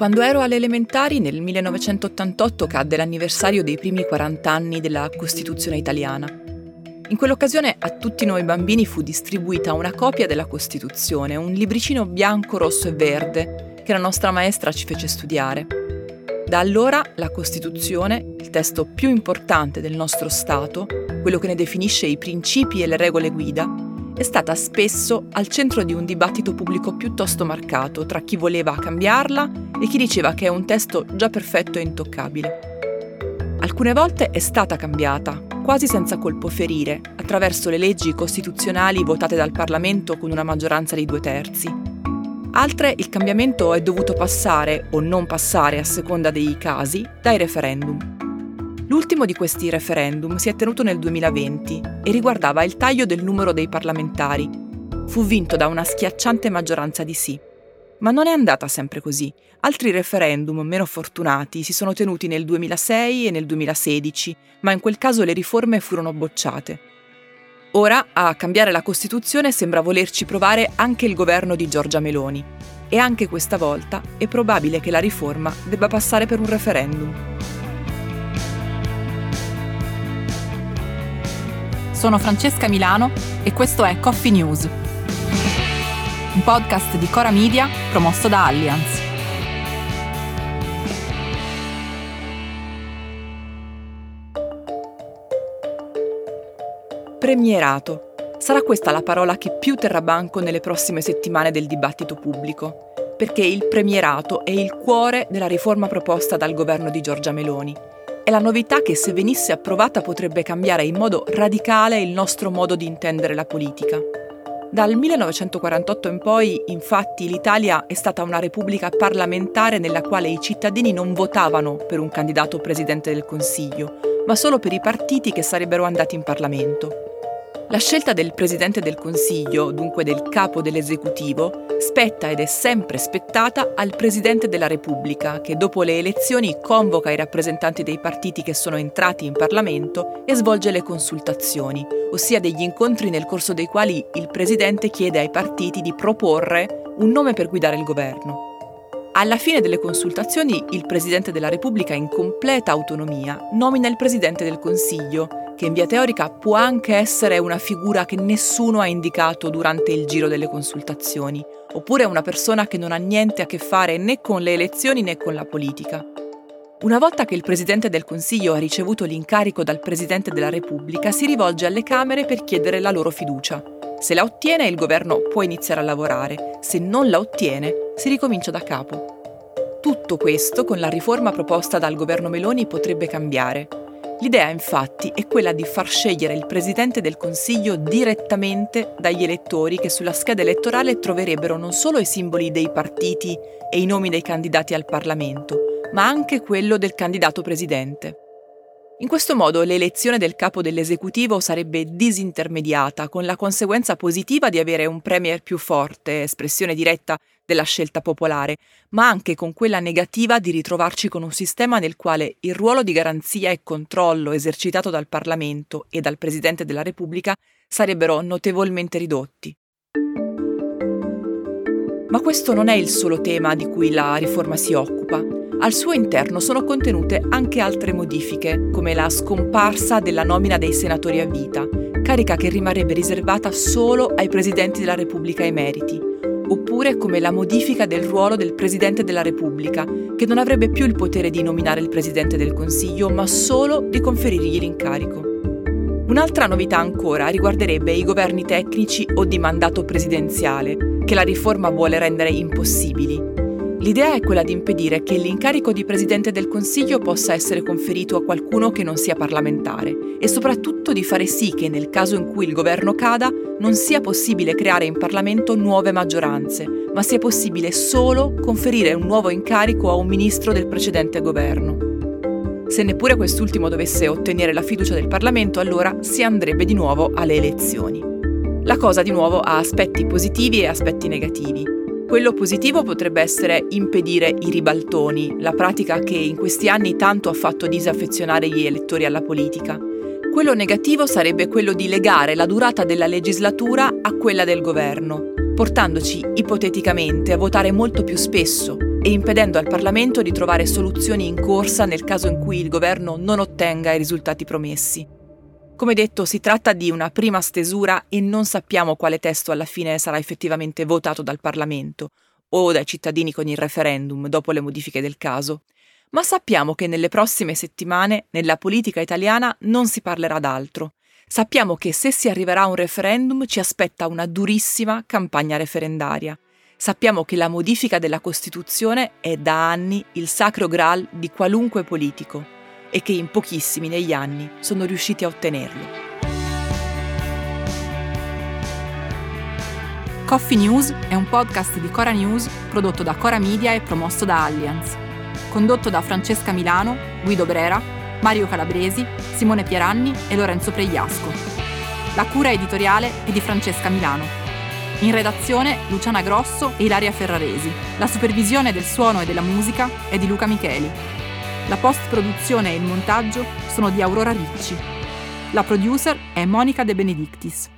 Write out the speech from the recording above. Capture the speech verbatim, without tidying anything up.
Quando ero alle elementari, nel millenovecentottantotto, cadde l'anniversario dei primi quaranta anni della Costituzione italiana. In quell'occasione a tutti noi bambini fu distribuita una copia della Costituzione, un libricino bianco, rosso e verde che la nostra maestra ci fece studiare. Da allora la Costituzione, il testo più importante del nostro Stato, quello che ne definisce i principi e le regole guida, è stata spesso al centro di un dibattito pubblico piuttosto marcato tra chi voleva cambiarla e chi diceva che è un testo già perfetto e intoccabile. Alcune volte è stata cambiata, quasi senza colpo ferire, attraverso le leggi costituzionali votate dal Parlamento con una maggioranza di due terzi. Altre il cambiamento è dovuto passare, o non passare a seconda dei casi, dai referendum. L'ultimo di questi referendum si è tenuto nel duemilaventi e riguardava il taglio del numero dei parlamentari. Fu vinto da una schiacciante maggioranza di sì. Ma non è andata sempre così. Altri referendum meno fortunati si sono tenuti nel duemilasei e nel duemilasedici, ma in quel caso le riforme furono bocciate. Ora a cambiare la Costituzione sembra volerci provare anche il governo di Giorgia Meloni. E anche questa volta è probabile che la riforma debba passare per un referendum. Sono Francesca Milano e questo è Coffee News, un podcast di Cora Media promosso da Allianz. Premierato. Sarà questa la parola che più terrà banco nelle prossime settimane del dibattito pubblico, perché il premierato è il cuore della riforma proposta dal governo di Giorgia Meloni. È la novità che, se venisse approvata, potrebbe cambiare in modo radicale il nostro modo di intendere la politica. Dal millenovecentoquarantotto in poi, infatti, l'Italia è stata una repubblica parlamentare nella quale i cittadini non votavano per un candidato presidente del Consiglio, ma solo per i partiti che sarebbero andati in Parlamento. La scelta del Presidente del Consiglio, dunque del capo dell'esecutivo, spetta ed è sempre spettata al Presidente della Repubblica, che dopo le elezioni convoca i rappresentanti dei partiti che sono entrati in Parlamento e svolge le consultazioni, ossia degli incontri nel corso dei quali il Presidente chiede ai partiti di proporre un nome per guidare il governo. Alla fine delle consultazioni, il Presidente della Repubblica, in completa autonomia, nomina il Presidente del Consiglio, che in via teorica può anche essere una figura che nessuno ha indicato durante il giro delle consultazioni, oppure una persona che non ha niente a che fare né con le elezioni né con la politica. Una volta che il Presidente del Consiglio ha ricevuto l'incarico dal Presidente della Repubblica, si rivolge alle Camere per chiedere la loro fiducia. Se la ottiene, il governo può iniziare a lavorare. Se non la ottiene, si ricomincia da capo. Tutto questo, con la riforma proposta dal governo Meloni, potrebbe cambiare. L'idea, infatti, è quella di far scegliere il Presidente del Consiglio direttamente dagli elettori, che sulla scheda elettorale troverebbero non solo i simboli dei partiti e i nomi dei candidati al Parlamento, ma anche quello del candidato presidente. In questo modo l'elezione del capo dell'esecutivo sarebbe disintermediata, con la conseguenza positiva di avere un premier più forte, espressione diretta della scelta popolare, ma anche con quella negativa di ritrovarci con un sistema nel quale il ruolo di garanzia e controllo esercitato dal Parlamento e dal Presidente della Repubblica sarebbero notevolmente ridotti. Ma questo non è il solo tema di cui la riforma si occupa. Al suo interno sono contenute anche altre modifiche, come la scomparsa della nomina dei senatori a vita, carica che rimarrebbe riservata solo ai presidenti della Repubblica emeriti, oppure come la modifica del ruolo del Presidente della Repubblica, che non avrebbe più il potere di nominare il Presidente del Consiglio, ma solo di conferirgli l'incarico. Un'altra novità ancora riguarderebbe i governi tecnici o di mandato presidenziale, che la riforma vuole rendere impossibili. L'idea è quella di impedire che l'incarico di Presidente del Consiglio possa essere conferito a qualcuno che non sia parlamentare e soprattutto di fare sì che nel caso in cui il governo cada non sia possibile creare in Parlamento nuove maggioranze, ma sia possibile solo conferire un nuovo incarico a un ministro del precedente governo. Se neppure quest'ultimo dovesse ottenere la fiducia del Parlamento, allora si andrebbe di nuovo alle elezioni. La cosa di nuovo ha aspetti positivi e aspetti negativi. Quello positivo potrebbe essere impedire i ribaltoni, la pratica che in questi anni tanto ha fatto disaffezionare gli elettori alla politica. Quello negativo sarebbe quello di legare la durata della legislatura a quella del governo, portandoci ipoteticamente a votare molto più spesso, e impedendo al Parlamento di trovare soluzioni in corsa nel caso in cui il governo non ottenga i risultati promessi. Come detto, si tratta di una prima stesura e non sappiamo quale testo alla fine sarà effettivamente votato dal Parlamento o dai cittadini con il referendum dopo le modifiche del caso. Ma sappiamo che nelle prossime settimane nella politica italiana non si parlerà d'altro. Sappiamo che se si arriverà a un referendum ci aspetta una durissima campagna referendaria. Sappiamo che la modifica della Costituzione è da anni il sacro graal di qualunque politico e che in pochissimi negli anni sono riusciti a ottenerlo. Coffee News è un podcast di Cora News prodotto da Cora Media e promosso da Allianz. Condotto da Francesca Milano, Guido Brera, Mario Calabresi, Simone Pieranni e Lorenzo Pregliasco. La cura editoriale è di Francesca Milano. In redazione Luciana Grosso e Ilaria Ferraresi. La supervisione del suono e della musica è di Luca Micheli. La post-produzione e il montaggio sono di Aurora Ricci. La producer è Monica De Benedictis.